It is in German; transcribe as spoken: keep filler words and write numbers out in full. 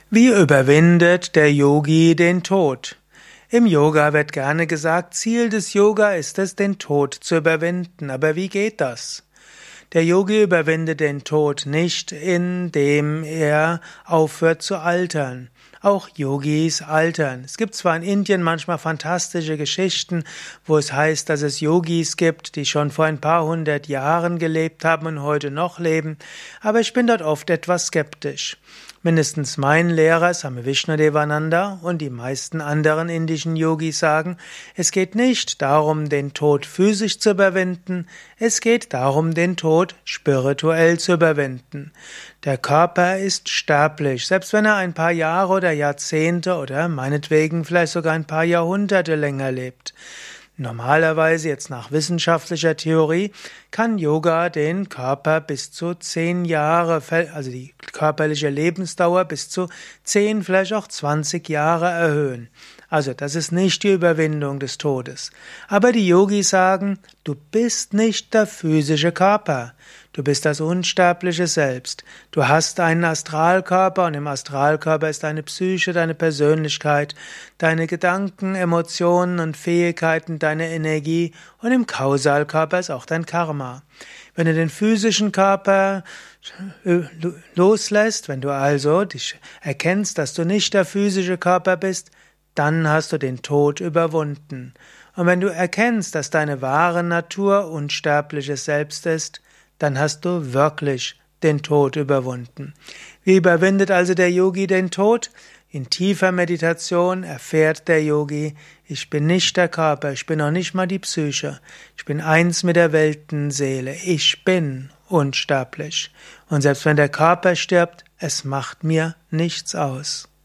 Wie überwindet der Yogi den Tod? Im Yoga wird gerne gesagt, Ziel des Yoga ist es, den Tod zu überwinden. Aber wie geht das? Der Yogi überwindet den Tod nicht, indem er aufhört zu altern. Auch Yogis altern. Es gibt zwar in Indien manchmal fantastische Geschichten, wo es heißt, dass es Yogis gibt, die schon vor ein paar hundert Jahren gelebt haben und heute noch leben, aber ich bin dort oft etwas skeptisch. Mindestens mein Lehrer, Swami Vishnadevananda, und die meisten anderen indischen Yogis sagen, es geht nicht darum, den Tod physisch zu überwinden, es geht darum, den Tod spirituell zu überwinden. Der Körper ist sterblich, selbst wenn er ein paar Jahre oder Jahrzehnte oder meinetwegen vielleicht sogar ein paar Jahrhunderte länger lebt. Normalerweise, jetzt nach wissenschaftlicher Theorie, kann Yoga den Körper bis zu zehn Jahre, also die körperliche Lebensdauer bis zu zehn, vielleicht auch zwanzig Jahre erhöhen. Also, das ist nicht die Überwindung des Todes. Aber die Yogis sagen, du bist nicht der physische Körper. Du bist das unsterbliche Selbst. Du hast einen Astralkörper und im Astralkörper ist deine Psyche, deine Persönlichkeit, deine Gedanken, Emotionen und Fähigkeiten, deine Energie, und im Kausalkörper ist auch dein Karma. Wenn du den physischen Körper loslässt, wenn du also dich erkennst, dass du nicht der physische Körper bist, dann hast du den Tod überwunden. Und wenn du erkennst, dass deine wahre Natur unsterbliches Selbst ist, dann hast du wirklich den Tod überwunden. Wie überwindet also der Yogi den Tod? In tiefer Meditation erfährt der Yogi, ich bin nicht der Körper, ich bin auch nicht mal die Psyche, ich bin eins mit der Weltenseele, ich bin unsterblich. Und selbst wenn der Körper stirbt, es macht mir nichts aus.